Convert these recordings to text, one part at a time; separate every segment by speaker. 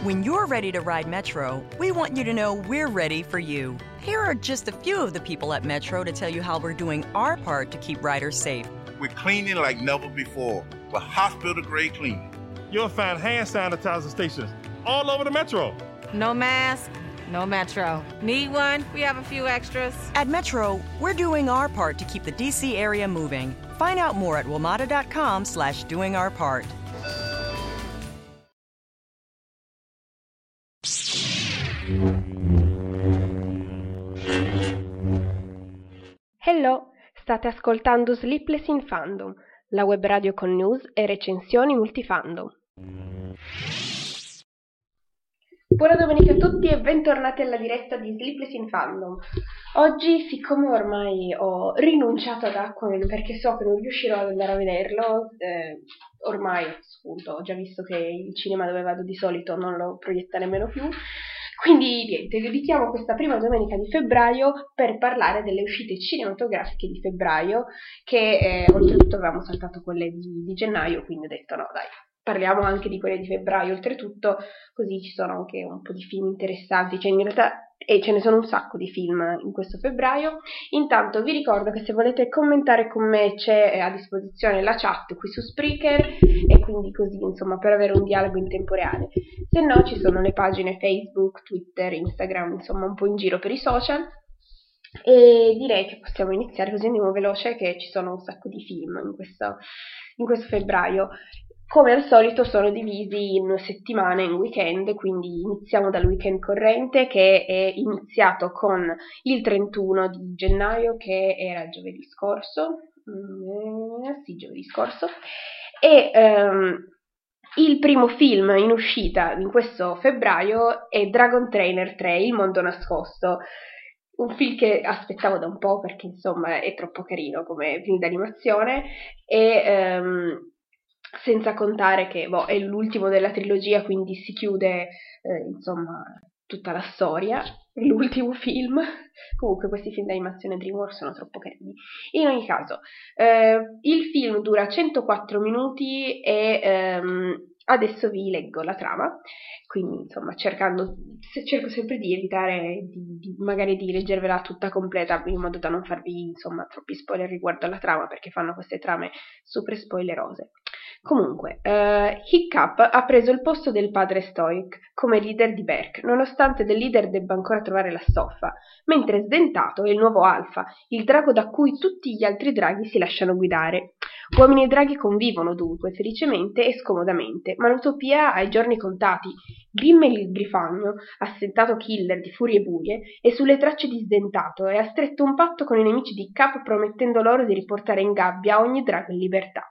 Speaker 1: When you're ready to ride Metro, we want you to know we're ready for you. Here are just a few of the people at Metro to tell you how we're doing our part to keep riders safe.
Speaker 2: We're cleaning like never before with hospital-grade cleaning.
Speaker 3: You'll find hand sanitizer stations all over the Metro.
Speaker 4: No mask, no Metro. Need one? We have a few extras.
Speaker 1: At Metro, we're doing our part to keep the DC area moving. Find out more at WMATA.com/doingourpart.
Speaker 5: Hello, state ascoltando Sleepless in Fandom, la web radio con news e recensioni multifandom. Buona domenica a tutti e bentornati alla diretta di Sleepless in Fandom. Oggi, siccome ormai ho rinunciato ad Aquaman perché so che non riuscirò ad andare a vederlo, ormai appunto ho già visto che il cinema dove vado di solito non lo proietta nemmeno più, quindi niente, dedichiamo questa prima domenica di febbraio per parlare delle uscite cinematografiche di febbraio, che oltretutto avevamo saltato quelle di gennaio, quindi ho detto no dai, parliamo anche di quelle di febbraio, oltretutto così ci sono anche un po' di film interessanti, cioè in realtà ce ne sono un sacco di film in questo febbraio. Intanto vi ricordo che se volete commentare con me c'è a disposizione la chat qui su Spreaker, e quindi così insomma per avere un dialogo in tempo reale, se no ci sono le pagine Facebook, Twitter, Instagram, insomma un po' in giro per i social. E direi che possiamo iniziare, così andiamo veloce, che ci sono un sacco di film in questo febbraio. Come al solito sono divisi in settimane, in weekend, quindi iniziamo dal weekend corrente, che è iniziato con il 31 di gennaio, che era giovedì scorso, e il primo film in uscita in questo febbraio è Dragon Trainer 3, Il mondo nascosto. Un film che aspettavo da un po' perché insomma è troppo carino come film d'animazione, e senza contare che è l'ultimo della trilogia, quindi si chiude insomma tutta la storia, è l'ultimo film. Comunque questi film d'animazione DreamWorks sono troppo carini. In ogni caso il film dura 104 minuti e adesso vi leggo la trama, quindi insomma cerco sempre di evitare magari di leggervela tutta completa, in modo da non farvi insomma troppi spoiler riguardo alla trama, perché fanno queste trame super spoilerose. Comunque, Hiccup ha preso il posto del padre Stoic come leader di Berk, nonostante del leader debba ancora trovare la stoffa, mentre Sdentato è il nuovo Alpha, il drago da cui tutti gli altri draghi si lasciano guidare. Uomini e draghi convivono dunque, felicemente e scomodamente, ma l'utopia ha i giorni contati. Grimmel il grifagno, assentato killer di furie buie, è sulle tracce di Sdentato e ha stretto un patto con i nemici di Hiccup, promettendo loro di riportare in gabbia ogni drago in libertà.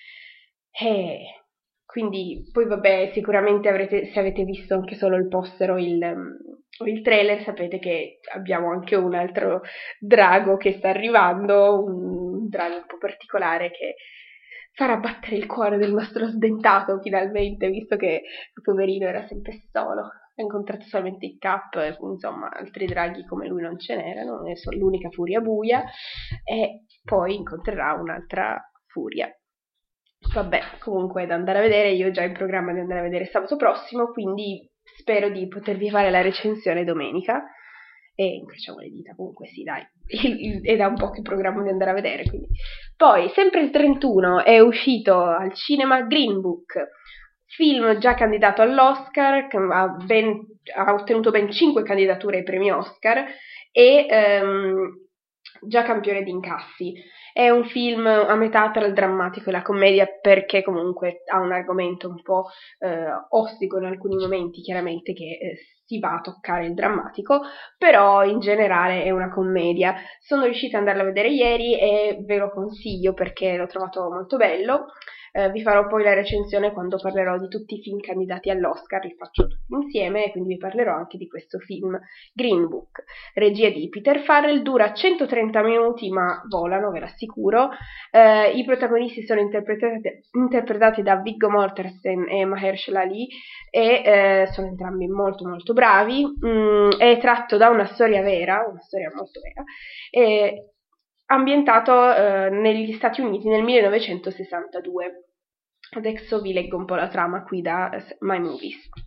Speaker 5: Quindi poi vabbè, sicuramente se avete visto anche solo il poster o il trailer, sapete che abbiamo anche un altro drago che sta arrivando, un drago un po' particolare che farà battere il cuore del nostro Sdentato finalmente, visto che il poverino era sempre solo, ha incontrato solamente il Cap, insomma altri draghi come lui non ce n'erano, è l'unica furia buia, e poi incontrerà un'altra furia. Vabbè, comunque è da andare a vedere, io ho già in programma di andare a vedere sabato prossimo, quindi spero di potervi fare la recensione domenica, e incrociamo le dita, comunque sì dai, è da un po' che programma di andare a vedere, quindi. Poi, sempre il 31 è uscito al cinema Green Book, film già candidato all'Oscar, che ha ottenuto ben 5 candidature ai premi Oscar, e già campione di incassi. È un film a metà tra il drammatico e la commedia, perché comunque ha un argomento un po' ostico in alcuni momenti, chiaramente, che si va a toccare il drammatico, però in generale è una commedia. Sono riuscita ad andarla a vedere ieri e ve lo consiglio perché l'ho trovato molto bello. Vi farò poi la recensione quando parlerò di tutti i film candidati all'Oscar, li faccio tutti insieme, e quindi vi parlerò anche di questo film Green Book. Regia di Peter Farrell, dura 130 minuti ma volano, ve l'assicuro. I protagonisti sono interpretati da Viggo Mortensen e Mahershala Ali, e sono entrambi molto molto bravi. È tratto da una storia molto vera, ambientato negli Stati Uniti nel 1962. Adesso vi leggo un po' la trama qui da My Movies.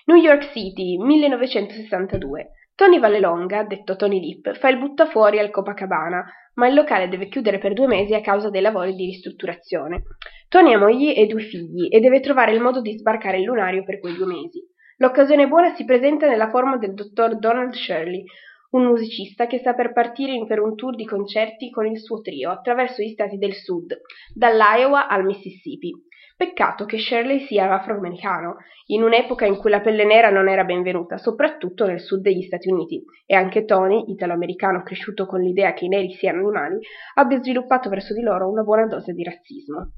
Speaker 5: New York City, 1962. Tony Vallelonga, detto Tony Lip, fa il buttafuori al Copacabana, ma il locale deve chiudere per 2 mesi a causa dei lavori di ristrutturazione. Tony ha moglie e 2 figli e deve trovare il modo di sbarcare il lunario per quei 2 mesi. L'occasione buona si presenta nella forma del dottor Donald Shirley, un musicista che sta per partire per un tour di concerti con il suo trio attraverso gli stati del sud, dall'Iowa al Mississippi. Peccato che Shirley sia afroamericano, in un'epoca in cui la pelle nera non era benvenuta, soprattutto nel sud degli Stati Uniti, e anche Tony, italo-americano cresciuto con l'idea che i neri siano animali, abbia sviluppato verso di loro una buona dose di razzismo.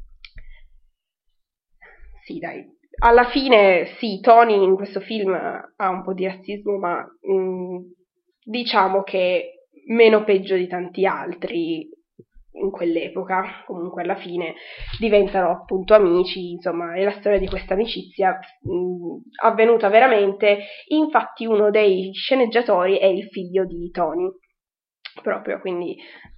Speaker 5: Sì, dai. Alla fine, sì, Tony in questo film ha un po' di razzismo, ma diciamo che meno peggio di tanti altri in quell'epoca. Comunque alla fine diventano appunto amici, insomma, è la storia di questa amicizia avvenuta veramente. Infatti uno dei sceneggiatori è il figlio di Tony, proprio, quindi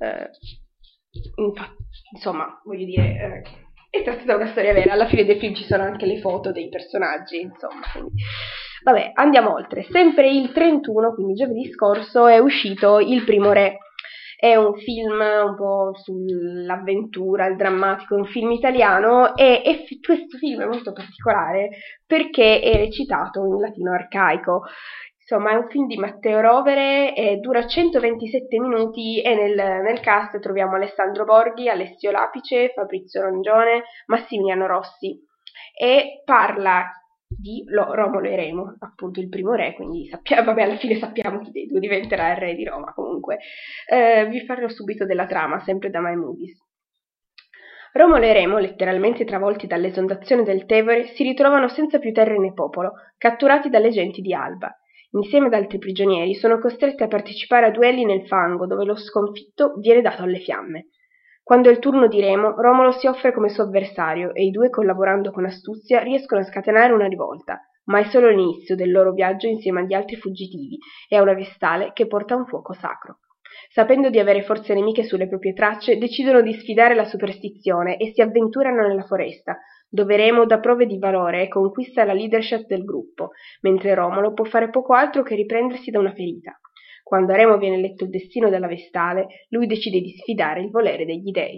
Speaker 5: insomma, voglio dire, è tratta da una storia vera. Alla fine del film ci sono anche le foto dei personaggi, insomma, quindi. Vabbè, andiamo oltre. Sempre il 31, quindi giovedì scorso, è uscito Il Primo Re. È un film un po' sull'avventura, il drammatico, un film italiano, e questo film è molto particolare perché è recitato in latino arcaico. Insomma, è un film di Matteo Rovere, dura 127 minuti e nel cast troviamo Alessandro Borghi, Alessio Lapice, Fabrizio Rongione, Massimiliano Rossi, e parla di Romolo e Remo, appunto il primo re, quindi vabbè, alla fine sappiamo chi dei due diventerà il re di Roma. Comunque vi parlo subito della trama, sempre da My Movies. Romolo e Remo, letteralmente travolti dall'esondazione del Tevere, si ritrovano senza più terra né popolo, catturati dalle genti di Alba. Insieme ad altri prigionieri sono costretti a partecipare a duelli nel fango, dove lo sconfitto viene dato alle fiamme. Quando è il turno di Remo, Romolo si offre come suo avversario e i due, collaborando con astuzia, riescono a scatenare una rivolta, ma è solo l'inizio del loro viaggio insieme agli altri fuggitivi e a una vestale che porta un fuoco sacro. Sapendo di avere forze nemiche sulle proprie tracce, decidono di sfidare la superstizione e si avventurano nella foresta, dove Remo dà prove di valore e conquista la leadership del gruppo, mentre Romolo può fare poco altro che riprendersi da una ferita. Quando a Remo viene letto il destino della vestale, lui decide di sfidare il volere degli dei.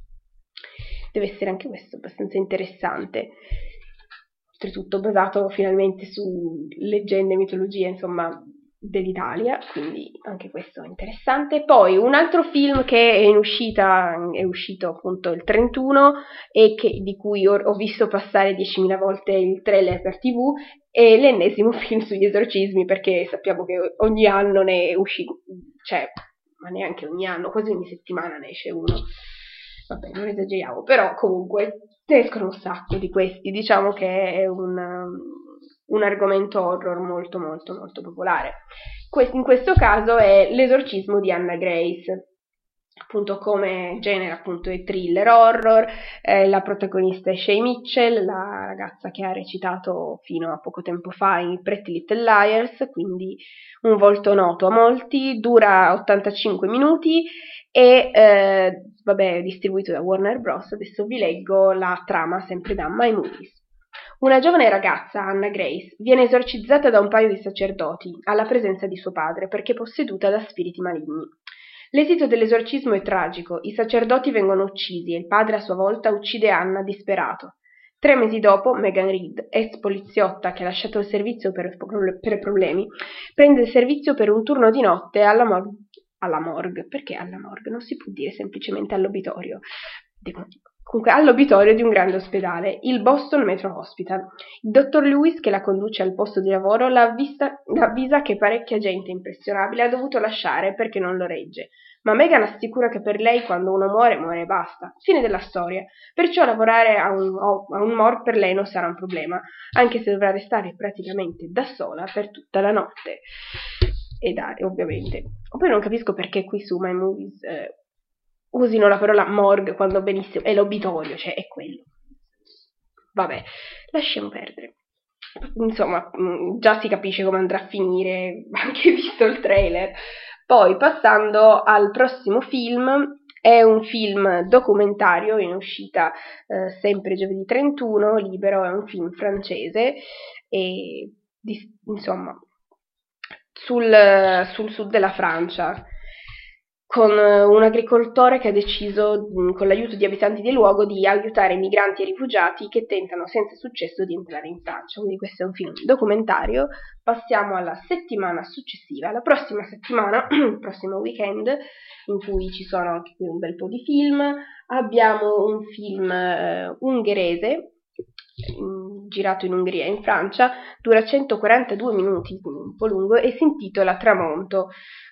Speaker 5: Deve essere anche questo abbastanza interessante. Oltretutto basato finalmente su leggende e mitologie, insomma, dell'Italia, quindi anche questo è interessante. Poi un altro film che è uscito appunto il 31 e di cui ho visto passare 10.000 volte il trailer per TV, è l'ennesimo film sugli esorcismi, perché sappiamo che ogni anno ne è uscito, cioè, ma neanche ogni anno, quasi ogni settimana ne esce uno. Vabbè, non esageriamo, però comunque ne escono un sacco di questi. Diciamo che è un argomento horror molto molto molto popolare. In questo caso è l'esorcismo di Anna Grace, appunto come genere appunto è thriller horror. La protagonista è Shay Mitchell, la ragazza che ha recitato fino a poco tempo fa in Pretty Little Liars, quindi un volto noto a molti. Dura 85 minuti e vabbè, è distribuito da Warner Bros. Adesso vi leggo la trama sempre da My Movies. Una giovane ragazza, Anna Grace, viene esorcizzata da un paio di sacerdoti alla presenza di suo padre perché posseduta da spiriti maligni. L'esito dell'esorcismo è tragico, i sacerdoti vengono uccisi e il padre a sua volta uccide Anna disperato. 3 mesi dopo, Megan Reed, ex poliziotta che ha lasciato il servizio per problemi, prende il servizio per un turno di notte alla morgue. Perché alla morgue? Non si può dire semplicemente all'obitorio. Comunque all'obitorio di un grande ospedale, il Boston Metro Hospital. Il dottor Lewis, che la conduce al posto di lavoro, la avvisa che parecchia gente impressionabile ha dovuto lasciare perché non lo regge, ma Megan assicura che per lei quando uno muore, muore e basta. Fine della storia. Perciò lavorare a un morgue per lei non sarà un problema, anche se dovrà restare praticamente da sola per tutta la notte. E dai, ovviamente. Poi non capisco perché qui su My Movies usino la parola morgue quando benissimo è l'obitorio, cioè è quello. Vabbè, lasciamo perdere. Insomma, già si capisce come andrà a finire, anche visto il trailer. Poi, passando al prossimo film, è un film documentario in uscita sempre giovedì 31, Libero, è un film francese e insomma, sul sud della Francia, con un agricoltore che ha deciso, con l'aiuto di abitanti del luogo, di aiutare migranti e rifugiati che tentano senza successo di entrare in Francia. Quindi questo è un film documentario. Passiamo alla settimana successiva, la prossima settimana, il prossimo weekend, in cui ci sono anche qui un bel po' di film. Abbiamo un film ungherese, girato in Ungheria e in Francia, dura 142 minuti, quindi un po' lungo, e si intitola Tramonto.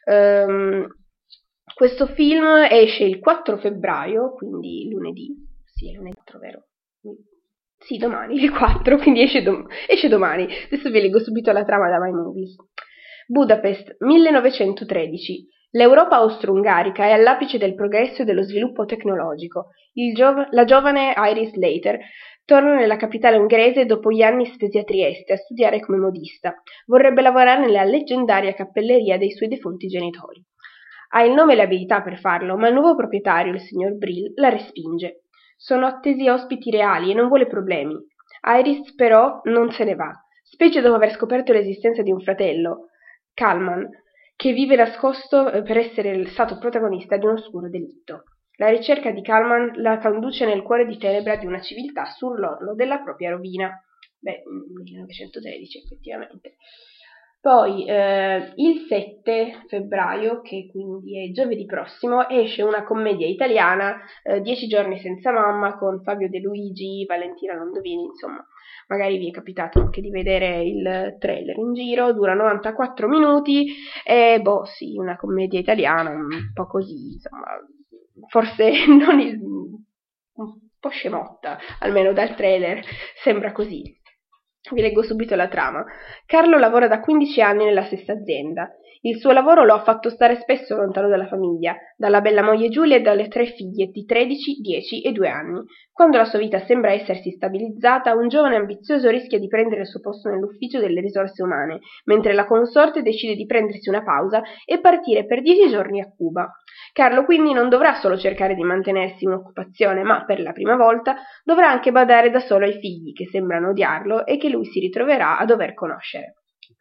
Speaker 5: Questo film esce il 4 febbraio, quindi lunedì. Sì, è lunedì 4, vero? Sì, domani, il 4, quindi esce domani. Adesso vi leggo subito la trama da My Movies. Budapest, 1913. L'Europa austro-ungarica è all'apice del progresso e dello sviluppo tecnologico. La giovane Iris Slater torna nella capitale ungherese dopo gli anni spesi a Trieste a studiare come modista. Vorrebbe lavorare nella leggendaria cappelleria dei suoi defunti genitori. Ha il nome e le abilità per farlo, ma il nuovo proprietario, il signor Brill, la respinge. Sono attesi ospiti reali e non vuole problemi. Iris, però, non se ne va, specie dopo aver scoperto l'esistenza di un fratello, Kalman, che vive nascosto per essere stato protagonista di un oscuro delitto. La ricerca di Kalman la conduce nel cuore di tenebra di una civiltà sull'orlo della propria rovina. 1913, effettivamente. Poi il 7 febbraio, che quindi è giovedì prossimo, esce una commedia italiana, 10 giorni senza mamma, con Fabio De Luigi, Valentina Landovini, insomma, magari vi è capitato anche di vedere il trailer in giro, dura 94 minuti, e sì, una commedia italiana, un po' così, insomma, forse un po' scemotta, almeno dal trailer sembra così. Vi leggo subito la trama. Carlo lavora da 15 anni nella stessa azienda. Il suo lavoro lo ha fatto stare spesso lontano dalla famiglia, dalla bella moglie Giulia e dalle 3 figlie di 13, 10 e 2 anni. Quando la sua vita sembra essersi stabilizzata, un giovane ambizioso rischia di prendere il suo posto nell'ufficio delle risorse umane, mentre la consorte decide di prendersi una pausa e partire per 10 giorni a Cuba. Carlo quindi non dovrà solo cercare di mantenersi in occupazione, ma per la prima volta dovrà anche badare da solo ai figli, che sembrano odiarlo e che lui si ritroverà a dover conoscere.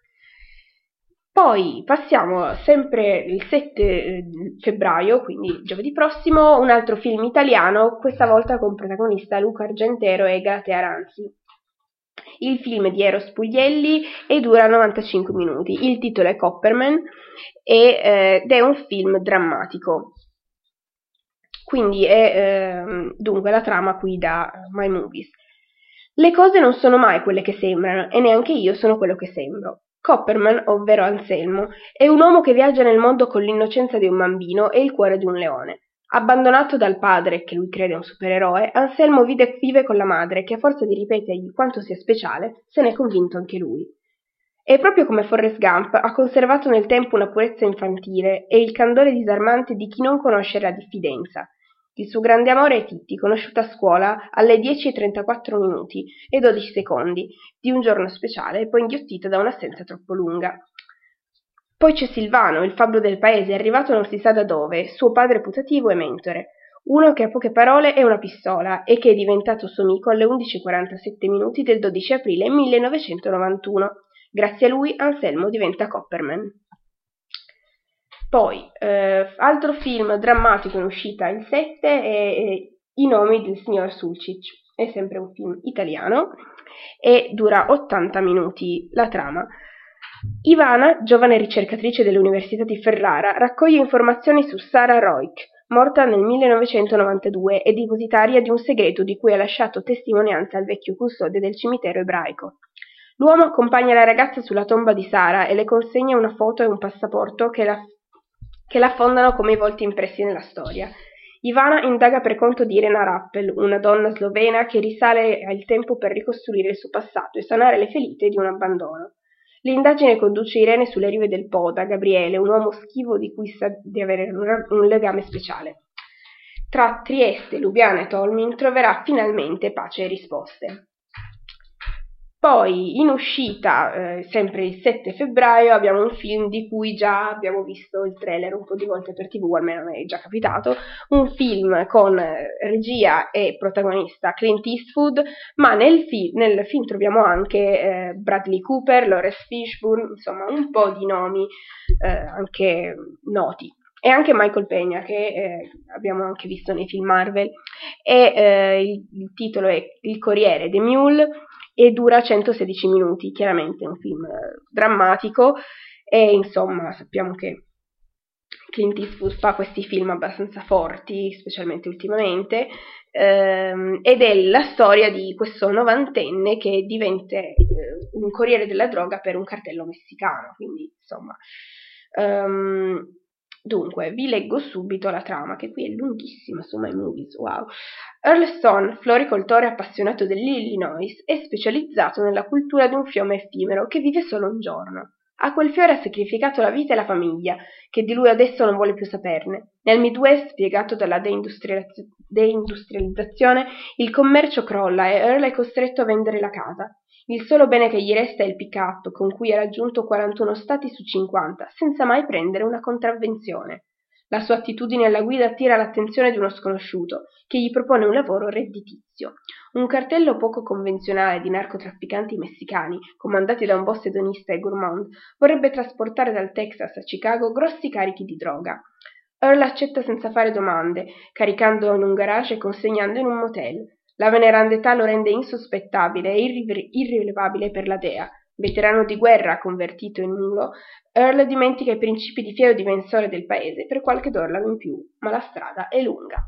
Speaker 5: Poi passiamo sempre il 7 febbraio, quindi giovedì prossimo, un altro film italiano, questa volta con protagonista Luca Argentero e Galatea Ranzi. Il film è di Eros Puglielli e dura 95 minuti. Il titolo è Copperman ed è un film drammatico. Quindi è dunque la trama qui da My Movies. Le cose non sono mai quelle che sembrano e neanche io sono quello che sembro. Copperman, ovvero Anselmo, è un uomo che viaggia nel mondo con l'innocenza di un bambino e il cuore di un leone. Abbandonato dal padre, che lui crede un supereroe, Anselmo vive con la madre, che a forza di ripetergli quanto sia speciale, se n'è convinto anche lui. E proprio come Forrest Gump, ha conservato nel tempo una purezza infantile e il candore disarmante di chi non conosce la diffidenza. Il suo grande amore è Titti, conosciuta a scuola alle 10:34 minuti e 12 secondi di un giorno speciale e poi inghiottita da un'assenza troppo lunga. Poi c'è Silvano, il fabbro del paese, arrivato non si sa da dove, suo padre putativo e mentore, uno che ha poche parole e una pistola e che è diventato suo amico alle 11:47 minuti del 12 aprile 1991. Grazie a lui Anselmo diventa Copperman. Poi, altro film drammatico in uscita il 7 è I nomi del signor Sulcic. È sempre un film italiano e dura 80 minuti la trama. Ivana, giovane ricercatrice dell'Università di Ferrara, raccoglie informazioni su Sarah Roig, morta nel 1992 e depositaria di un segreto di cui ha lasciato testimonianza al vecchio custode del cimitero ebraico. L'uomo accompagna la ragazza sulla tomba di Sara e le consegna una foto e un passaporto che la affondano come i volti impressi nella storia. Ivana indaga per conto di Irena Rappel, una donna slovena che risale al tempo per ricostruire il suo passato e sanare le ferite di un abbandono. L'indagine conduce Irene sulle rive del Po da Gabriele, un uomo schivo di cui sa di avere un legame speciale. Tra Trieste, Lubiana e Tolmin troverà finalmente pace e risposte. Poi in uscita, sempre il 7 febbraio, abbiamo un film di cui già abbiamo visto il trailer un po' di volte per TV, almeno a me è già capitato, un film con regia e protagonista Clint Eastwood, ma nel film troviamo anche Bradley Cooper, Lawrence Fishburne, insomma un po' di nomi anche noti. E anche Michael Peña, che abbiamo anche visto nei film Marvel, e il titolo è Il Corriere The Mule, e dura 116 minuti, chiaramente è un film drammatico, e insomma sappiamo che Clint Eastwood fa questi film abbastanza forti, specialmente ultimamente, ed è la storia di questo novantenne che diventa un corriere della droga per un cartello messicano, quindi insomma... Dunque, vi leggo subito la trama, che qui è lunghissima su My Movies, wow. Earl Stone, floricoltore appassionato dell'Illinois, è specializzato nella cultura di un fiume effimero che vive solo un giorno. A quel fiore ha sacrificato la vita e la famiglia, che di lui adesso non vuole più saperne. Nel Midwest, piegato dalla deindustrializzazione, il commercio crolla e Earl è costretto a vendere la casa. Il solo bene che gli resta è il pick-up, con cui ha raggiunto 41 stati su 50, senza mai prendere una contravvenzione. La sua attitudine alla guida attira l'attenzione di uno sconosciuto, che gli propone un lavoro redditizio. Un cartello poco convenzionale di narcotrafficanti messicani, comandati da un boss edonista e gourmand, vorrebbe trasportare dal Texas a Chicago grossi carichi di droga. Earl accetta senza fare domande, caricando in un garage e consegnando in un motel. La veneranda età lo rende insospettabile e irrilevabile per la DEA. Veterano di guerra convertito in mulo, Earl dimentica i principi di fiero difensore del paese per qualche dollaro in più, ma la strada è lunga.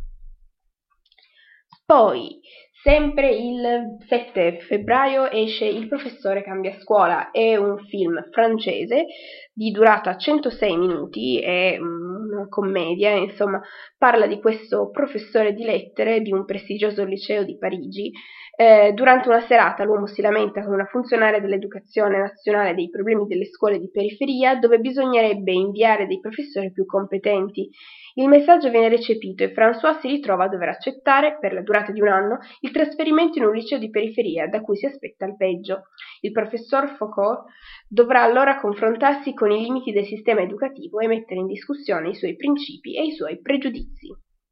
Speaker 5: Poi, sempre il 7 febbraio, esce Il professore cambia scuola. È un film francese di durata 106 minuti, è una commedia, insomma, parla di questo professore di lettere di un prestigioso liceo di Parigi. Durante una serata l'uomo si lamenta con una funzionaria dell'educazione nazionale dei problemi delle scuole di periferia, dove bisognerebbe inviare dei professori più competenti. Il messaggio viene recepito e François si ritrova a dover accettare, per la durata di un anno, il trasferimento in un liceo di periferia, da cui si aspetta il peggio. Il professor Foucault dovrà allora confrontarsi con i limiti del sistema educativo e mettere in discussione i suoi principi e i suoi pregiudizi.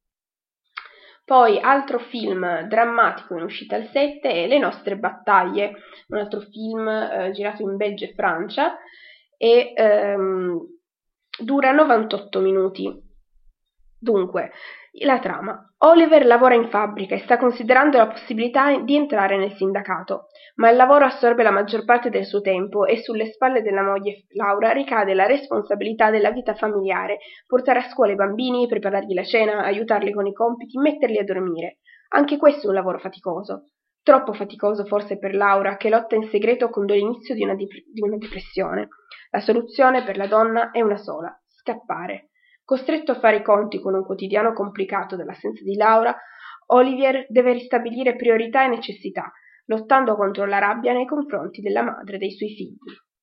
Speaker 5: Poi, altro film drammatico in uscita al 7 è Le nostre battaglie, un altro film girato in Belgio e Francia, e dura 98 minuti. Dunque, la trama. Oliver lavora in fabbrica e sta considerando la possibilità di entrare nel sindacato, ma il lavoro assorbe la maggior parte del suo tempo e sulle spalle della moglie Laura ricade la responsabilità della vita familiare, portare a scuola i bambini, preparargli la cena, aiutarli con i compiti, metterli a dormire. Anche questo è un lavoro faticoso. Troppo faticoso forse per Laura, che lotta in segreto contro l'inizio di una depressione. La soluzione per la donna è una sola: scappare. Costretto a fare i conti con un quotidiano complicato dell'assenza di Laura, Olivier deve ristabilire priorità e necessità, lottando contro la rabbia nei confronti della madre dei suoi figli.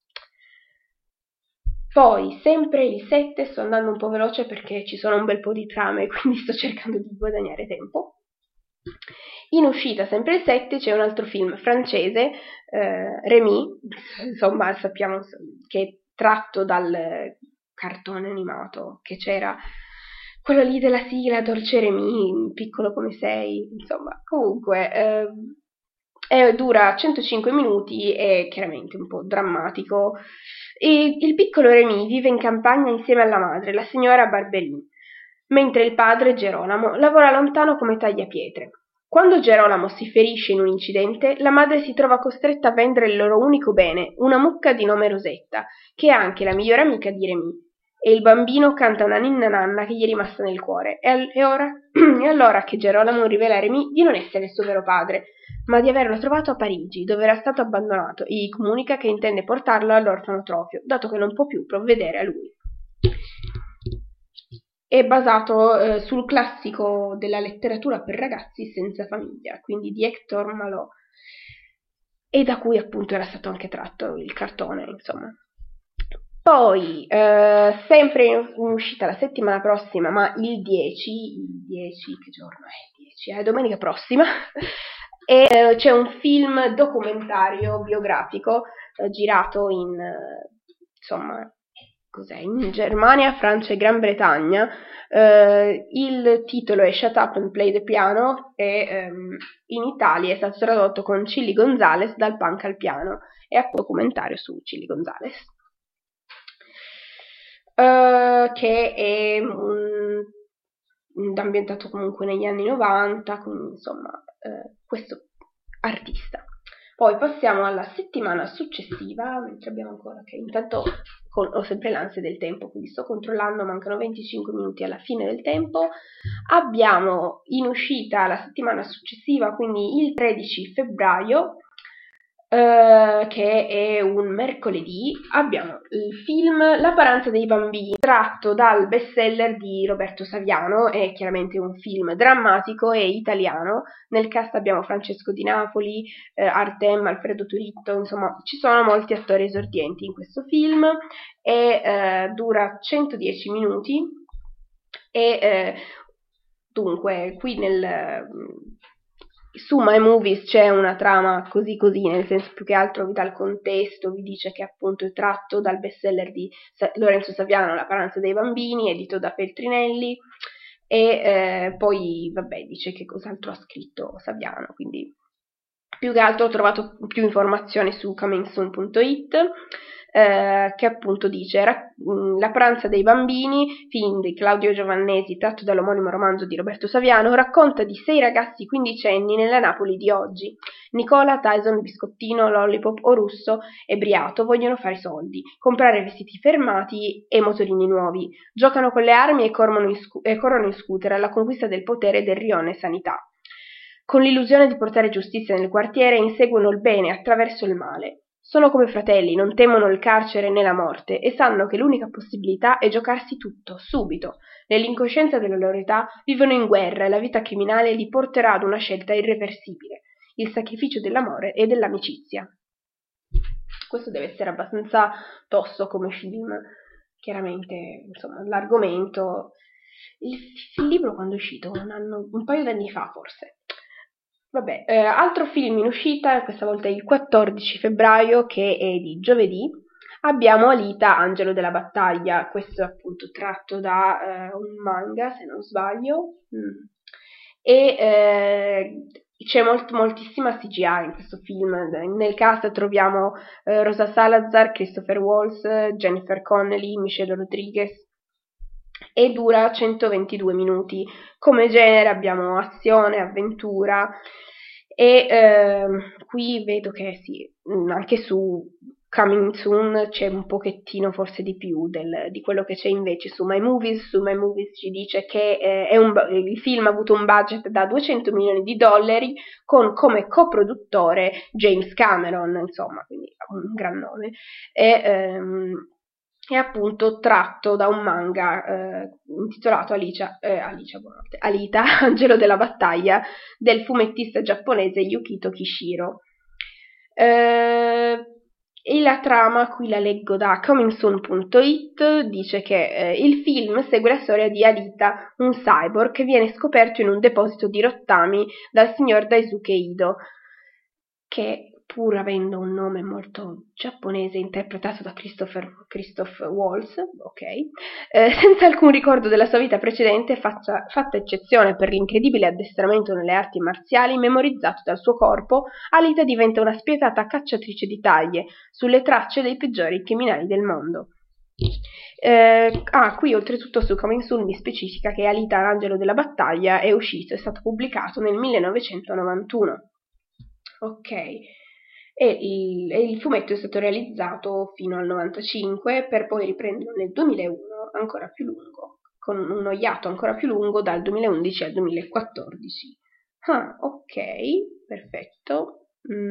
Speaker 5: Poi, sempre il 7, sto andando un po' veloce perché ci sono un bel po' di trame, quindi sto cercando di guadagnare tempo. In uscita, sempre il 7, c'è un altro film francese, Rémi, insomma sappiamo che è tratto dal cartone animato che c'era, quello lì della sigla Dolce Rémi, piccolo come sei, insomma, comunque dura 105 minuti, è chiaramente un po' drammatico, e il piccolo Rémi vive in campagna insieme alla madre, la signora Barberin, mentre il padre, Gerolamo, lavora lontano come tagliapietre. Quando Gerolamo si ferisce in un incidente, la madre si trova costretta a vendere il loro unico bene, una mucca di nome Rosetta, che è anche la migliore amica di Rémi. E il bambino canta una ninna nanna che gli è rimasta nel cuore. E allora che Gerolamo rivela a Rémi di non essere il suo vero padre, ma di averlo trovato a Parigi, dove era stato abbandonato, e gli comunica che intende portarlo all'orfanotrofio, dato che non può più provvedere a lui. È basato sul classico della letteratura per ragazzi senza famiglia, quindi di Hector Malot, e da cui appunto era stato anche tratto il cartone, insomma. Poi, sempre in uscita la settimana prossima, ma il 10, che giorno è? Il 10, domenica prossima, e c'è un film documentario biografico girato in Germania, Francia e Gran Bretagna. Il titolo è Shut Up and Play the Piano e in Italia è stato tradotto con Chilly Gonzales, dal punk al piano. È un documentario su Chilly Gonzales, che è ambientato comunque negli anni 90, quindi insomma questo artista. Poi passiamo alla settimana successiva, mentre abbiamo ancora che intanto ho sempre l'ansia del tempo, quindi sto controllando, mancano 25 minuti alla fine del tempo. Abbiamo in uscita la settimana successiva, quindi il 13 febbraio, che è un mercoledì, abbiamo il film La paranza dei bambini, tratto dal bestseller di Roberto Saviano. È chiaramente un film drammatico e italiano. Nel cast abbiamo Francesco Di Napoli, Artem, Alfredo Turitto, insomma ci sono molti attori esordienti in questo film, e dura 110 minuti e dunque qui su My Movies c'è una trama così, nel senso, più che altro vi dà il contesto, vi dice che appunto è tratto dal bestseller di Lorenzo Saviano, La paranza dei bambini, edito da Feltrinelli, e poi vabbè dice che cos'altro ha scritto Saviano, quindi più che altro ho trovato più informazioni su comingsoon.it, che appunto dice La paranza dei bambini, film di Claudio Giovannesi tratto dall'omonimo romanzo di Roberto Saviano, racconta di 6 ragazzi quindicenni nella Napoli di oggi. Nicola, Tyson, Biscottino, Lollipop o Russo e Briato vogliono fare soldi, comprare vestiti fermati e motorini nuovi, giocano con le armi e corrono in scooter alla conquista del potere del rione Sanità. Con l'illusione di portare giustizia nel quartiere inseguono il bene attraverso il male. Sono come fratelli, non temono il carcere né la morte e sanno che l'unica possibilità è giocarsi tutto, subito. Nell'incoscienza della loro età vivono in guerra e la vita criminale li porterà ad una scelta irreversibile, il sacrificio dell'amore e dell'amicizia. Questo deve essere abbastanza tosto come film, chiaramente, insomma, l'argomento. Il libro quando è uscito? Un paio d'anni fa forse. Vabbè, altro film in uscita, questa volta il 14 febbraio, che è di giovedì, abbiamo Alita, Angelo della battaglia. Questo è appunto tratto da un manga, se non sbaglio, e c'è moltissima CGI in questo film. Nel cast troviamo Rosa Salazar, Christopher Waltz, Jennifer Connelly, Michelle Rodriguez, e dura 122 minuti. Come genere abbiamo azione, avventura, e qui vedo che sì, anche su Coming Soon c'è un pochettino forse di più di quello che c'è invece su My Movies. Su My Movies ci dice che il film ha avuto un budget da $200 milioni con come coproduttore James Cameron, insomma, quindi un gran nome. È appunto tratto da un manga intitolato Alita, Angelo della battaglia, del fumettista giapponese Yukito Kishiro. E la trama, qui la leggo da comingsoon.it, dice che il film segue la storia di Alita, un cyborg che viene scoperto in un deposito di rottami dal signor Daisuke Ido, che pur avendo un nome molto giapponese interpretato da Christoph Waltz, senza alcun ricordo della sua vita precedente, fatta eccezione per l'incredibile addestramento nelle arti marziali memorizzato dal suo corpo, Alita diventa una spietata cacciatrice di taglie sulle tracce dei peggiori criminali del mondo. Qui oltretutto su Coming Soon mi specifica che Alita, l'angelo della battaglia, è stato pubblicato nel 1991. Ok. E il fumetto è stato realizzato fino al 95 per poi riprenderlo nel 2001 ancora più lungo, con uno iatto ancora più lungo dal 2011 al 2014. Ok, perfetto.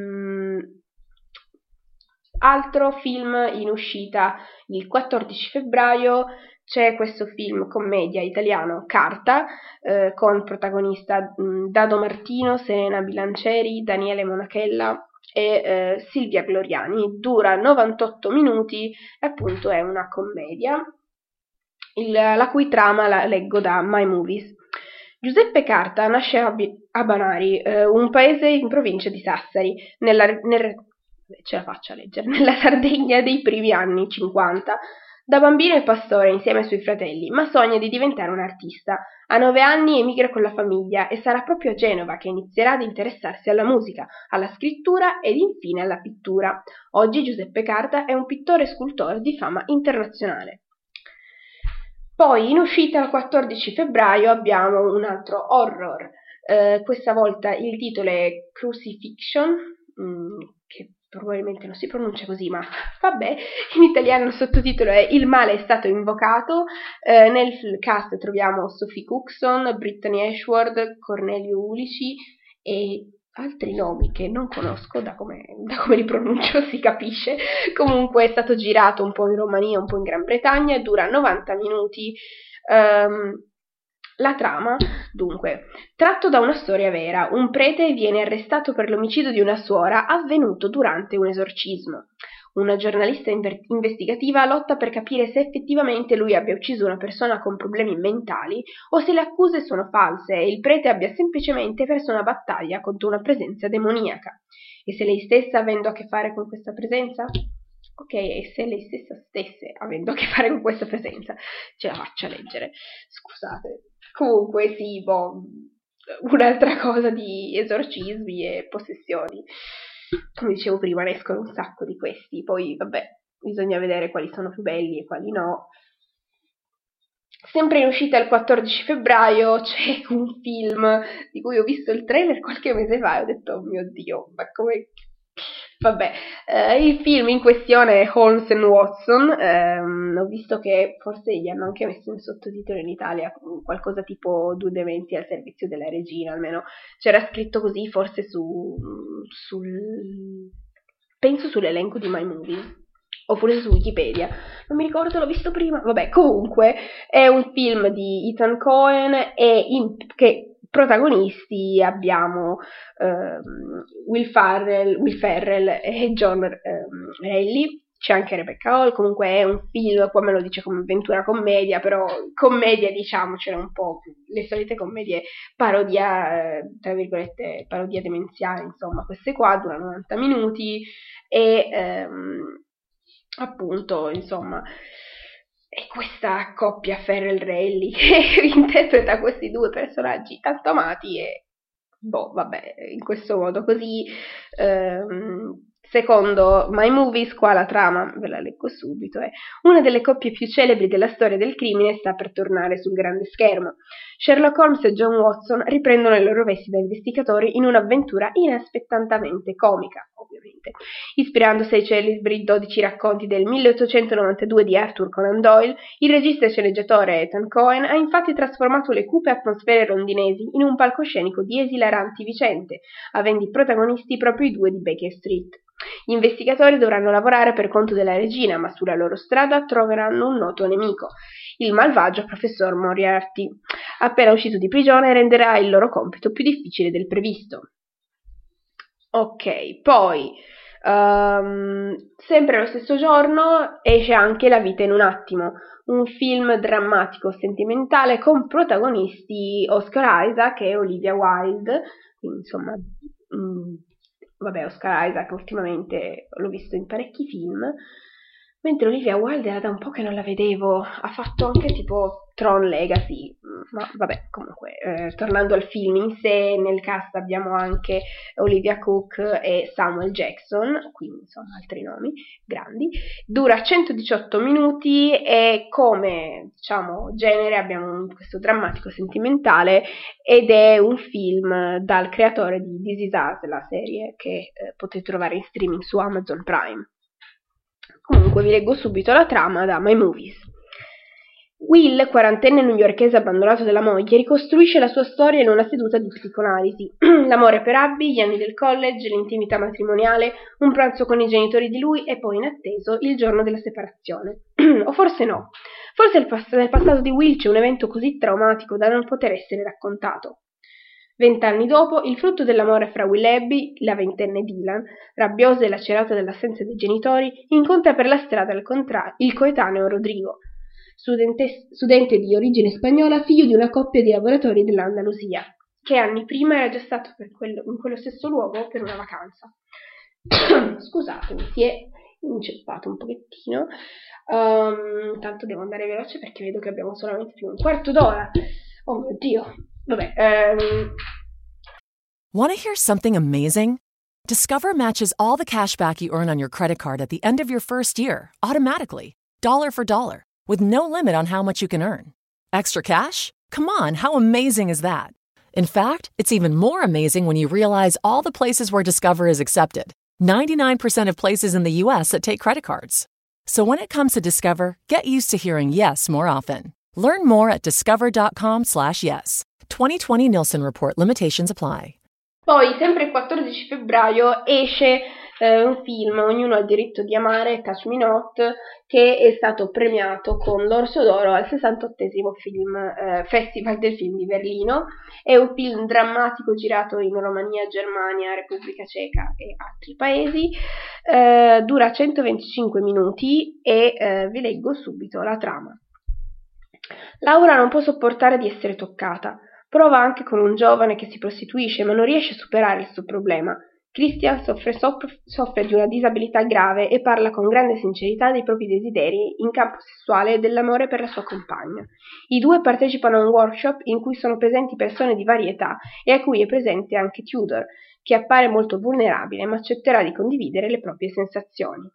Speaker 5: Altro film in uscita il 14 febbraio c'è questo film commedia italiano Carta, con protagonista Dado Martino, Serena Bilancieri, Daniele Monachella e Silvia Gloriani. Dura 98 minuti e appunto è una commedia, la cui trama la leggo da My Movies. Giuseppe Carta nasce a Banari, un paese in provincia di Sassari, ce la faccio a leggere, nella Sardegna dei primi anni 50. Da bambino è pastore insieme ai suoi fratelli, ma sogna di diventare un artista. A 9 anni emigra con la famiglia e sarà proprio a Genova che inizierà ad interessarsi alla musica, alla scrittura ed infine alla pittura. Oggi Giuseppe Carta è un pittore e scultore di fama internazionale. Poi in uscita il 14 febbraio abbiamo un altro horror, questa volta il titolo è Crucifixion, che probabilmente non si pronuncia così, ma vabbè, in italiano il sottotitolo è Il male è stato invocato. Nel cast troviamo Sophie Cookson, Brittany Ashworth, Cornelio Ulici e altri nomi che non conosco, da come li pronuncio si capisce. Comunque è stato girato un po' in Romania, un po' in Gran Bretagna e dura 90 minuti. La trama, dunque, tratto da una storia vera, un prete viene arrestato per l'omicidio di una suora avvenuto durante un esorcismo. Una giornalista investigativa lotta per capire se effettivamente lui abbia ucciso una persona con problemi mentali o se le accuse sono false e il prete abbia semplicemente perso una battaglia contro una presenza demoniaca. E se lei stessa avendo a che fare con questa presenza? Ok, e se lei stessa stesse avendo a che fare con questa presenza? Ce la faccio a leggere, scusate. Comunque sì, un'altra cosa di esorcismi e possessioni. Come dicevo prima, ne escono un sacco di questi, poi vabbè, bisogna vedere quali sono più belli e quali no. Sempre in uscita il 14 febbraio c'è un film di cui ho visto il trailer qualche mese fa e ho detto, oh mio Dio, ma come... Vabbè, il film in questione è Holmes and Watson. Ho visto che forse gli hanno anche messo un sottotitolo in Italia, qualcosa tipo Due dementi al servizio della regina, almeno c'era scritto così, forse penso sull'elenco di My Movies, oppure su Wikipedia, non mi ricordo, l'ho visto prima. Vabbè, comunque è un film di Ethan Coen e che protagonisti abbiamo Will Ferrell e John Reilly. C'è anche Rebecca Hall. Comunque è un film, qua me lo dice come avventura commedia, però commedia, diciamo, c'era un po' le solite commedie parodia, tra virgolette, parodia demenziale, insomma. Queste qua durano 90 minuti e appunto, insomma, è questa coppia Ferrell-Reilly che interpreta questi due personaggi tanto amati e vabbè, in questo modo così. Secondo My Movies, qua la trama, ve la leggo subito, è una delle coppie più celebri della storia del crimine sta per tornare sul grande schermo. Sherlock Holmes e John Watson riprendono le loro vesti da investigatori in un'avventura inaspettatamente comica, ovviamente. Ispirandosi ai celebri 12 racconti del 1892 di Arthur Conan Doyle, il regista e sceneggiatore Ethan Coen ha infatti trasformato le cupe atmosfere londinesi in un palcoscenico di esilaranti vicende, avendo i protagonisti proprio i due di Baker Street. Gli investigatori dovranno lavorare per conto della regina, ma sulla loro strada troveranno un noto nemico, il malvagio professor Moriarty. Appena uscito di prigione renderà il loro compito più difficile del previsto. Ok, poi sempre lo stesso giorno esce anche La vita in un attimo, un film drammatico sentimentale con protagonisti Oscar Isaac e Olivia Wilde. Quindi, insomma, vabbè, Oscar Isaac ultimamente l'ho visto in parecchi film, mentre Olivia Wilde era da un po' che non la vedevo, ha fatto anche tipo Tron Legacy, ma vabbè, comunque, tornando al film in sé, nel cast abbiamo anche Olivia Cook e Samuel Jackson, quindi insomma altri nomi grandi. Dura 118 minuti e come, diciamo, genere abbiamo questo drammatico sentimentale ed è un film dal creatore di This Is Us, la serie che potete trovare in streaming su Amazon Prime. Comunque vi leggo subito la trama da My Movies. Will, quarantenne newyorkese abbandonato dalla moglie, ricostruisce la sua storia in una seduta di psicoanalisi. L'amore per Abby, gli anni del college, l'intimità matrimoniale, un pranzo con i genitori di lui e poi inatteso il giorno della separazione. O forse no. Forse nel passato di Will c'è un evento così traumatico da non poter essere raccontato. 20 anni dopo, il frutto dell'amore fra Will e Abby, la ventenne Dylan, rabbiosa e lacerata dall'assenza dei genitori, incontra per la strada il coetaneo Rodrigo. studente di origine spagnola, figlio di una coppia di lavoratori dell'Andalusia, che anni prima era già stato in quello stesso luogo per una vacanza. Scusatemi, si è inceppato un pochettino. Tanto devo andare veloce perché vedo che abbiamo solamente più un quarto d'ora. Oh mio Dio. Vabbè.
Speaker 6: Want to hear something amazing? Discover matches all the cash back you earn on your credit card at the end of your first year, automatically, dollar for dollar, with no limit on how much you can earn. Extra cash? Come on, how amazing is that? In fact, it's even more amazing when you realize all the places where Discover is accepted. 99% of places in the U.S. that take credit cards. So when it comes to Discover, get used to hearing yes more often. Learn more at discover.com/yes. 2020 Nielsen Report. Limitations apply.
Speaker 5: Poi, sempre il 14 febbraio, esce un film, Ognuno ha il diritto di amare, Touch Me Not, che è stato premiato con l'Orso d'Oro al 68° Festival del Film di Berlino. È un film drammatico girato in Romania, Germania, Repubblica Ceca e altri paesi. Dura 125 minuti e vi leggo subito la trama. Laura non può sopportare di essere toccata. Prova anche con un giovane che si prostituisce, ma non riesce a superare il suo problema. Christian soffre di una disabilità grave e parla con grande sincerità dei propri desideri in campo sessuale e dell'amore per la sua compagna. I due partecipano a un workshop in cui sono presenti persone di varie età e a cui è presente anche Tudor, che appare molto vulnerabile ma accetterà di condividere le proprie sensazioni.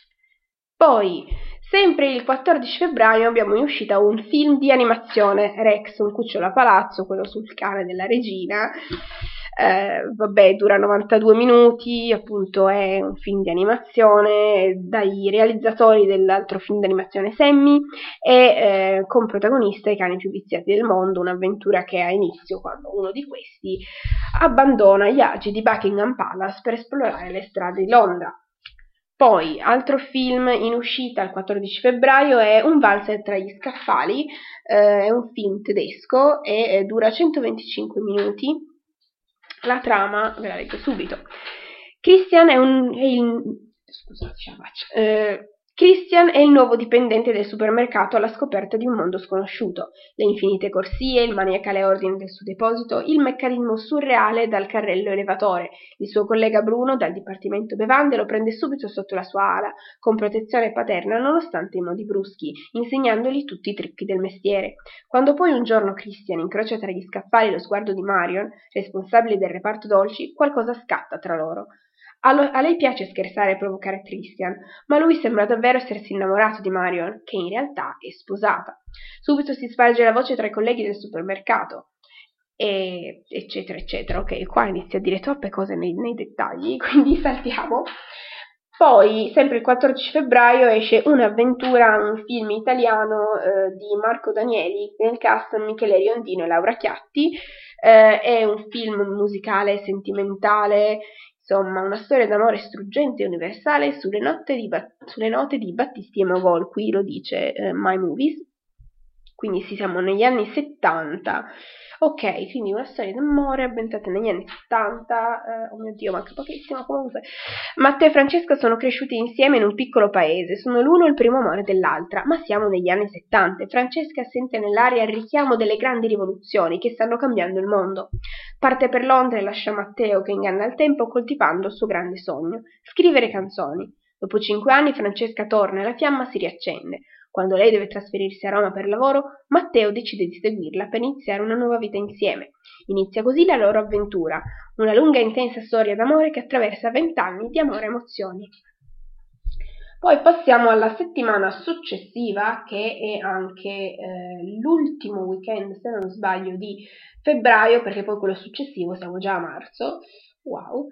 Speaker 5: Poi, sempre il 14 febbraio abbiamo in uscita un film di animazione, Rex, un cucciolo a palazzo, quello sul cane della regina. Dura 92 minuti, appunto è un film di animazione dai realizzatori dell'altro film di animazione Sammy e con protagonista i cani più viziati del mondo, un'avventura che ha inizio quando uno di questi abbandona gli agi di Buckingham Palace per esplorare le strade di Londra. Poi, altro film in uscita il 14 febbraio è Un valzer tra gli scaffali, è un film tedesco e dura 125 minuti. La trama ve la leggo subito. Christian è il nuovo dipendente del supermercato alla scoperta di un mondo sconosciuto. Le infinite corsie, il maniacale ordine del suo deposito, il meccanismo surreale dal carrello elevatore. Il suo collega Bruno, dal dipartimento bevande, lo prende subito sotto la sua ala, con protezione paterna nonostante i modi bruschi, insegnandogli tutti i trucchi del mestiere. Quando poi un giorno Christian incrocia tra gli scaffali lo sguardo di Marion, responsabile del reparto dolci, qualcosa scatta tra loro. A lei piace scherzare e provocare Christian, ma lui sembra davvero essersi innamorato di Marion, che in realtà è sposata. Subito si sparge la voce tra i colleghi del supermercato, eccetera, eccetera. Ok, qua inizia a dire troppe cose nei dettagli, quindi saltiamo. Poi, sempre il 14 febbraio, esce Un'avventura, un film italiano di Marco Danieli, nel cast Michele Riondino e Laura Chiatti. È un film musicale sentimentale, insomma, una storia d'amore struggente e universale sulle note di Battisti e Mogol, qui lo dice My Movies, quindi siamo negli anni 70, ok, quindi una storia d'amore ambientata negli anni 70, oh mio Dio, manca pochissimo comunque. Matteo e Francesca sono cresciuti insieme in un piccolo paese, sono l'uno il primo amore dell'altra, ma siamo negli anni 70 e Francesca sente nell'aria il richiamo delle grandi rivoluzioni che stanno cambiando il mondo. Parte per Londra e lascia Matteo che inganna il tempo coltivando il suo grande sogno, scrivere canzoni. Dopo 5 anni Francesca torna e la fiamma si riaccende. Quando lei deve trasferirsi a Roma per lavoro, Matteo decide di seguirla per iniziare una nuova vita insieme. Inizia così la loro avventura, una lunga e intensa storia d'amore che attraversa 20 anni di amore e emozioni. Poi passiamo alla settimana successiva, che è anche l'ultimo weekend, se non sbaglio, di febbraio, perché poi quello successivo siamo già a marzo. Wow!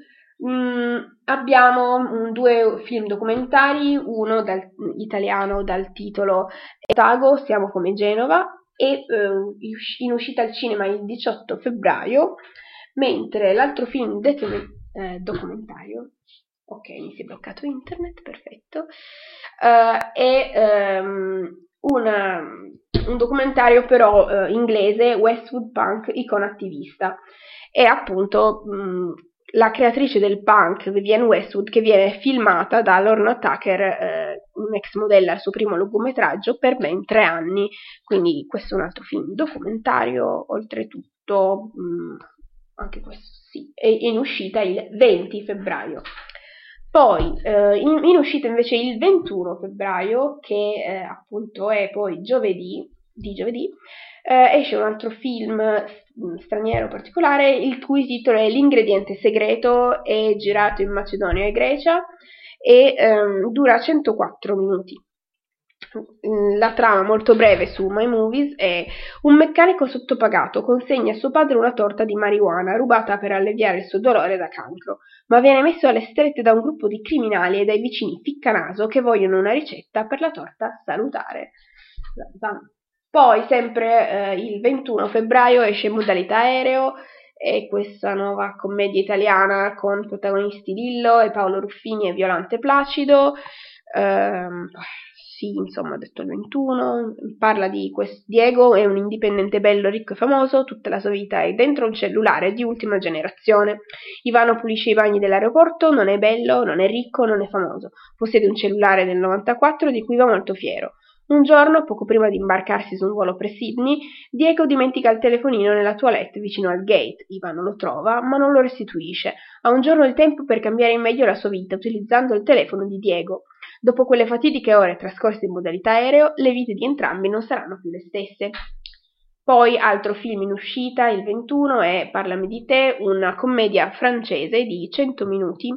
Speaker 5: Abbiamo 2 film documentari, uno italiano dal titolo Otago, siamo come Genova, e in uscita al cinema il 18 febbraio, mentre l'altro film documentario, ok, mi si è bloccato internet, perfetto, è un documentario però inglese, Westwood Punk, icona attivista, è appunto la creatrice del punk, Vivienne Westwood, che viene filmata da Lorna Tucker, un'ex modella al suo primo lungometraggio per ben 3 anni, quindi questo è un altro film documentario, oltretutto, anche questo sì, è in uscita il 20 febbraio. Poi in uscita invece il 21 febbraio, che appunto è poi giovedì, esce un altro film straniero particolare, il cui titolo è L'ingrediente segreto, è girato in Macedonia e Grecia e dura 104 minuti. La trama molto breve su My Movies è: un meccanico sottopagato consegna a suo padre una torta di marijuana rubata per alleviare il suo dolore da cancro, ma viene messo alle strette da un gruppo di criminali e dai vicini ficcanaso che vogliono una ricetta per la torta salutare. Poi sempre il 21 febbraio esce Modalità aereo, e questa nuova commedia italiana con protagonisti Lillo e Paolo Ruffini e Violante Placido. Sì, insomma, ho detto il 21, parla di Diego, è un indipendente bello, ricco e famoso, tutta la sua vita è dentro un cellulare di ultima generazione. Ivano pulisce i bagni dell'aeroporto, non è bello, non è ricco, non è famoso, possiede un cellulare del 94 di cui va molto fiero. Un giorno, poco prima di imbarcarsi su un volo per Sydney, Diego dimentica il telefonino nella toilette vicino al gate. Ivano lo trova, ma non lo restituisce. Ha un giorno di tempo per cambiare in meglio la sua vita utilizzando il telefono di Diego. Dopo quelle fatidiche ore trascorse in modalità aereo, le vite di entrambi non saranno più le stesse. Poi, altro film in uscita, il 21, è Parlami di te, una commedia francese di 100 minuti.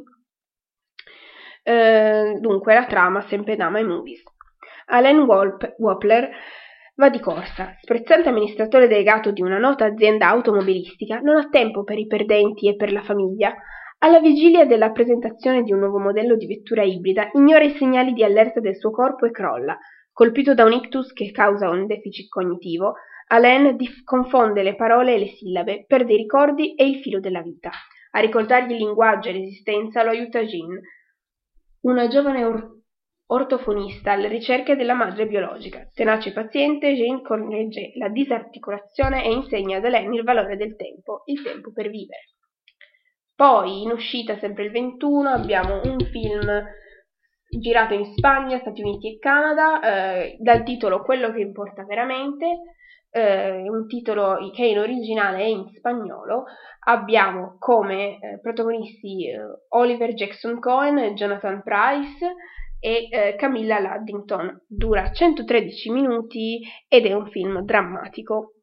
Speaker 5: Dunque, la trama sempre da My Movies. Alain Wopler va di corsa. Sprezzante amministratore delegato di una nota azienda automobilistica, non ha tempo per i perdenti e per la famiglia. Alla vigilia della presentazione di un nuovo modello di vettura ibrida, ignora i segnali di allerta del suo corpo e crolla. Colpito da un ictus che causa un deficit cognitivo, Alain confonde le parole e le sillabe, perde i ricordi e il filo della vita. A ricordargli linguaggio e resistenza lo aiuta Jean, una giovane ortofonista alla ricerca della madre biologica. Tenace e paziente, Jean corregge la disarticolazione e insegna ad Alain il valore del tempo, il tempo per vivere. Poi, in uscita sempre il 21, abbiamo un film girato in Spagna, Stati Uniti e Canada, dal titolo Quello che importa veramente, un titolo che in originale è in spagnolo. Abbiamo come protagonisti Oliver Jackson Cohen, Jonathan Pryce e Camilla Luddington. Dura 113 minuti ed è un film drammatico.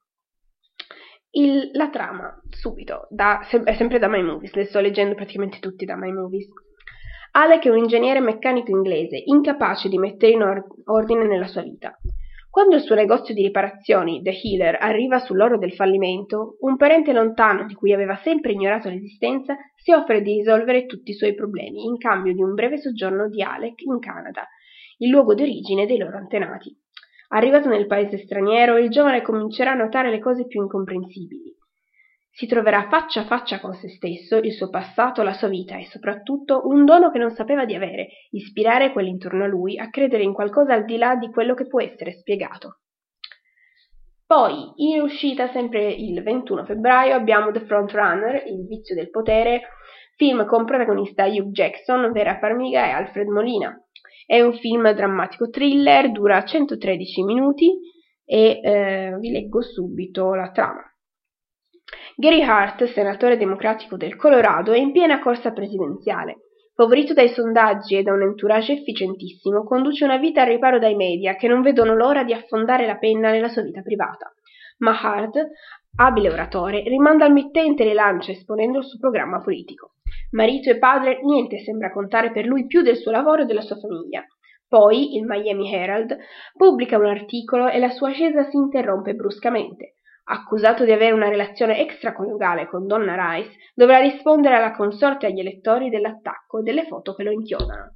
Speaker 5: La trama, subito, è sempre da My Movies, le sto leggendo praticamente tutti da My Movies. Alec è un ingegnere meccanico inglese, incapace di mettere in ordine nella sua vita. Quando il suo negozio di riparazioni, The Healer, arriva sull'orlo del fallimento, un parente lontano di cui aveva sempre ignorato l'esistenza si offre di risolvere tutti i suoi problemi in cambio di un breve soggiorno di Alec in Canada, il luogo d'origine dei loro antenati. Arrivato nel paese straniero, il giovane comincerà a notare le cose più incomprensibili. Si troverà faccia a faccia con se stesso, il suo passato, la sua vita e soprattutto un dono che non sapeva di avere, ispirare quelli intorno a lui a credere in qualcosa al di là di quello che può essere spiegato. Poi, in uscita sempre il 21 febbraio, abbiamo The Frontrunner, Il vizio del potere, film con protagonista Hugh Jackson, Vera Farmiga e Alfred Molina. È un film drammatico thriller, dura 113 minuti e vi leggo subito la trama. Gary Hart, senatore democratico del Colorado, è in piena corsa presidenziale. Favorito dai sondaggi e da un entourage efficientissimo, conduce una vita al riparo dai media che non vedono l'ora di affondare la penna nella sua vita privata. Ma Hart, abile oratore, rimanda al mittente le lance esponendo il suo programma politico. Marito e padre, niente sembra contare per lui più del suo lavoro e della sua famiglia. Poi, il Miami Herald pubblica un articolo e la sua ascesa si interrompe bruscamente. Accusato di avere una relazione extraconiugale con Donna Rice, dovrà rispondere alla consorte e agli elettori dell'attacco e delle foto che lo inchiodano.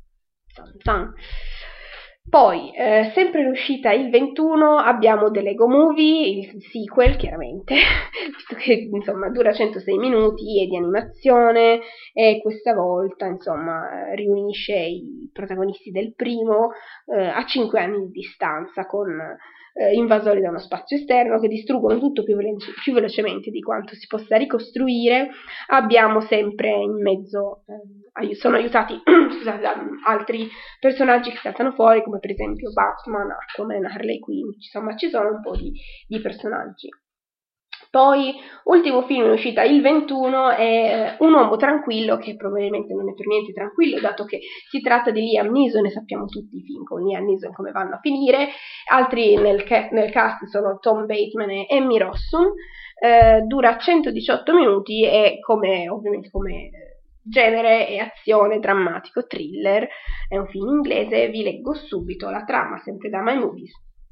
Speaker 5: Poi, sempre in uscita il 21, abbiamo The Lego Movie, il sequel chiaramente, visto che insomma dura 106 minuti, è di animazione e questa volta insomma riunisce i protagonisti del primo a 5 anni di distanza con invasori da uno spazio esterno che distruggono tutto più velocemente di quanto si possa ricostruire. Abbiamo sempre in mezzo sono aiutati scusate, da altri personaggi che saltano fuori, come per esempio Batman, Aquaman, Harley Quinn, insomma ci sono un po' di personaggi. Poi, ultimo film in uscita il 21 è Un uomo tranquillo, che probabilmente non è per niente tranquillo, dato che si tratta di Liam Neeson, e sappiamo tutti i film con Liam Neeson come vanno a finire. Altri nel cast sono Tom Bateman e Emmy Rossum. Dura 118 minuti e ovviamente come genere è azione, drammatico, thriller. È un film inglese, vi leggo subito la trama, sempre da My Movies.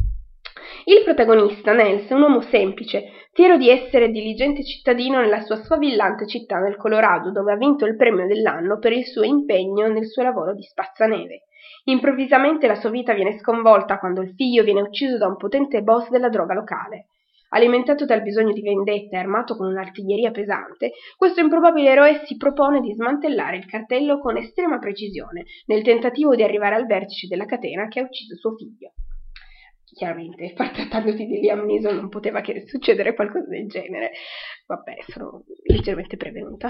Speaker 5: Il protagonista, Nels, è un uomo semplice, fiero di essere diligente cittadino nella sua sfavillante città nel Colorado, dove ha vinto il premio dell'anno per il suo impegno nel suo lavoro di spazzaneve. Improvvisamente la sua vita viene sconvolta quando il figlio viene ucciso da un potente boss della droga locale. Alimentato dal bisogno di vendetta e armato con un'artiglieria pesante, questo improbabile eroe si propone di smantellare il cartello con estrema precisione, nel tentativo di arrivare al vertice della catena che ha ucciso suo figlio. Chiaramente, trattandosi di Liam Neeson, non poteva che succedere qualcosa del genere. Vabbè, sono leggermente prevenuta.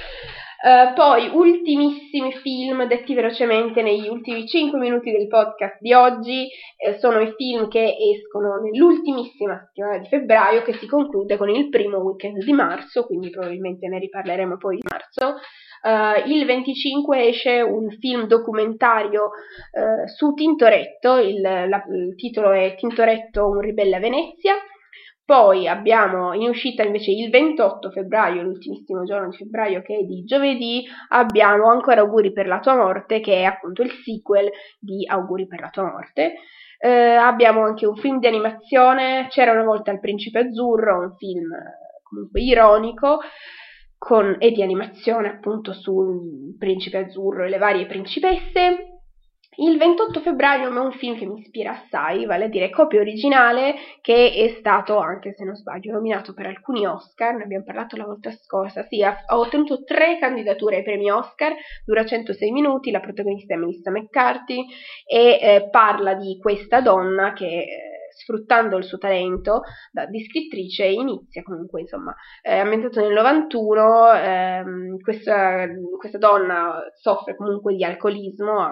Speaker 5: Poi, ultimissimi film, detti velocemente negli ultimi 5 minuti del podcast di oggi, sono i film che escono nell'ultimissima settimana di febbraio, che si conclude con il primo weekend di marzo, quindi probabilmente ne riparleremo poi di marzo. Il 25 esce un film documentario su Tintoretto, il titolo è Tintoretto, un ribelle a Venezia. Poi abbiamo in uscita invece il 28 febbraio, l'ultimissimo giorno di febbraio, che è di giovedì, abbiamo Ancora auguri per la tua morte, che è appunto il sequel di Auguri per la tua morte. Abbiamo anche un film di animazione, C'era una volta il principe azzurro, un film comunque ironico, e di animazione appunto sul principe azzurro e le varie principesse. Il 28 febbraio è un film che mi ispira assai, vale a dire Copia originale, che è stato, anche se non sbaglio, nominato per alcuni Oscar, ne abbiamo parlato la volta scorsa, sì, ha ottenuto 3 candidature ai premi Oscar, dura 106 minuti, la protagonista è Melissa McCarthy e parla di questa donna che sfruttando il suo talento di scrittrice inizia comunque, insomma, è ambientato nel 91, questa donna soffre comunque di alcolismo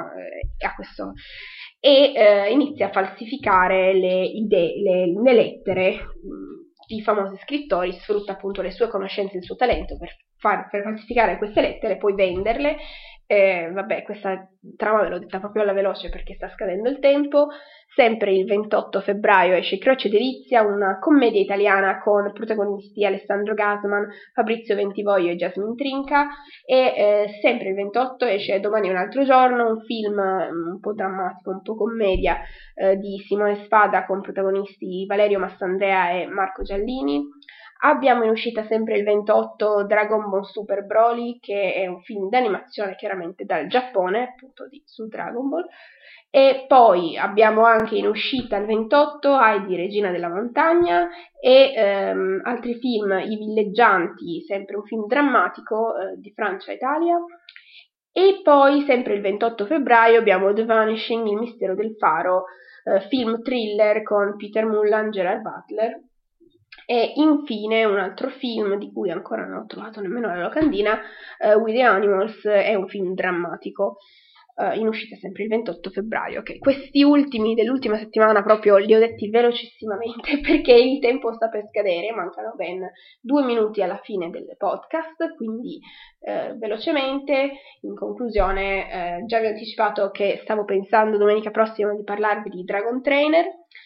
Speaker 5: inizia a falsificare le lettere di famosi scrittori, sfrutta appunto le sue conoscenze e il suo talento per falsificare queste lettere e poi venderle. Vabbè, questa trama ve l'ho detta proprio alla veloce perché sta scadendo il tempo. Sempre il 28 febbraio esce Croce Delizia, una commedia italiana con protagonisti Alessandro Gasman, Fabrizio Bentivoglio e Jasmine Trinca. E sempre il 28 esce Domani è un altro giorno, un film un po' drammatico, un po' commedia di Simone Spada con protagonisti Valerio Massandrea e Marco Giallini. Abbiamo in uscita sempre il 28 Dragon Ball Super Broly, che è un film d'animazione chiaramente dal Giappone, appunto su Dragon Ball. E poi abbiamo anche in uscita il 28 Heidi, Regina della Montagna, e altri film, I Villeggianti, sempre un film drammatico di Francia e Italia. E poi sempre il 28 febbraio abbiamo The Vanishing, Il mistero del faro, film thriller con Peter Mullan, Gerard Butler. E infine un altro film di cui ancora non ho trovato nemmeno la locandina, With the Animals, è un film drammatico in uscita sempre il 28 febbraio. Okay. Questi ultimi dell'ultima settimana proprio li ho detti velocissimamente perché il tempo sta per scadere, mancano ben 2 minuti alla fine del podcast, quindi velocemente, in conclusione, già vi ho anticipato che stavo pensando domenica prossima di parlarvi di Dragon Trainer,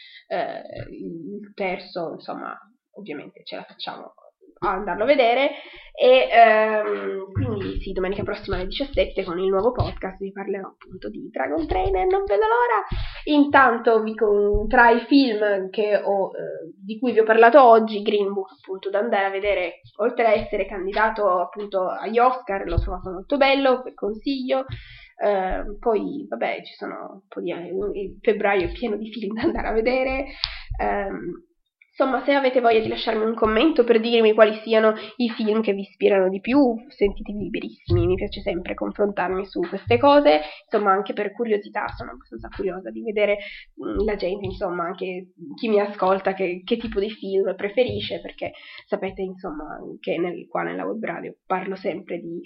Speaker 5: il terzo, insomma, ovviamente ce la facciamo a andarlo a vedere e quindi sì, domenica prossima alle 17 con il nuovo podcast vi parlerò appunto di Dragon Trainer, non vedo l'ora. Intanto tra i film che di cui vi ho parlato oggi, Green Book appunto da andare a vedere, oltre a essere candidato appunto agli Oscar, l'ho trovato molto bello, consiglio. Poi vabbè, ci sono un po' il febbraio è pieno di film da andare a vedere. Insomma, se avete voglia di lasciarmi un commento per dirmi quali siano i film che vi ispirano di più, sentitevi liberissimi, mi piace sempre confrontarmi su queste cose, insomma anche per curiosità, sono abbastanza curiosa di vedere la gente, insomma anche chi mi ascolta che tipo di film preferisce, perché sapete insomma che qua nella web radio parlo sempre di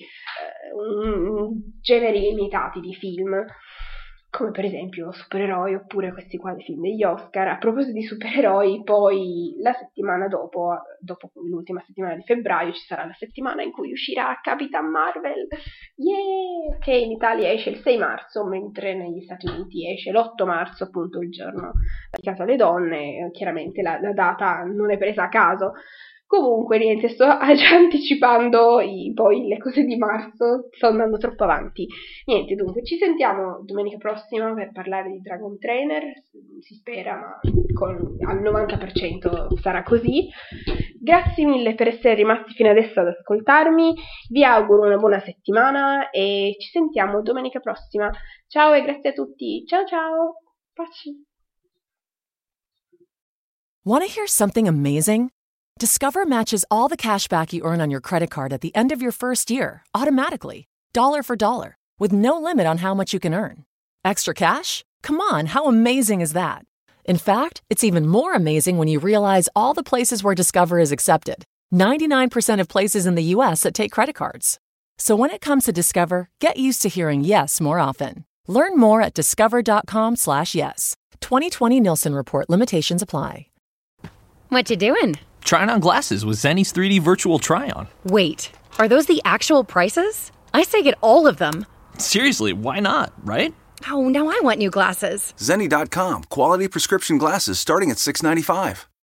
Speaker 5: generi limitati di film, come per esempio supereroi oppure questi qua dei film degli Oscar. A proposito di supereroi, poi la settimana dopo l'ultima settimana di febbraio ci sarà la settimana in cui uscirà Capitan Marvel, che in Italia esce il 6 marzo, mentre negli Stati Uniti esce l'8 marzo, appunto il giorno dedicato alle donne. Chiaramente la data non è presa a caso. Comunque, niente, sto già anticipando poi le cose di marzo, sto andando troppo avanti. Niente, dunque, ci sentiamo domenica prossima per parlare di Dragon Trainer, si spera, ma al 90% sarà così. Grazie mille per essere rimasti fino adesso ad ascoltarmi, vi auguro una buona settimana e ci sentiamo domenica prossima. Ciao e grazie a tutti, ciao ciao, baci.
Speaker 6: Want to hear something amazing? Discover matches all the cash back you earn on your credit card at the end of your first year, automatically, dollar for dollar, with no limit on how much you can earn. Extra cash? Come on, how amazing is that? In fact, it's even more amazing when you realize all the places where Discover is accepted. 99% of places in the U.S. that take credit cards. So when it comes to Discover, get used to hearing yes more often. Learn more at discover.com/yes. 2020 Nielsen Report. Limitations apply.
Speaker 7: What you doing?
Speaker 8: Trying on glasses with Zenni's 3D virtual try-on.
Speaker 7: Wait, are those the actual prices? I say get all of them.
Speaker 8: Seriously, why not, right?
Speaker 7: Oh, now I want new glasses.
Speaker 9: Zenni.com. Quality prescription glasses starting at $6.95.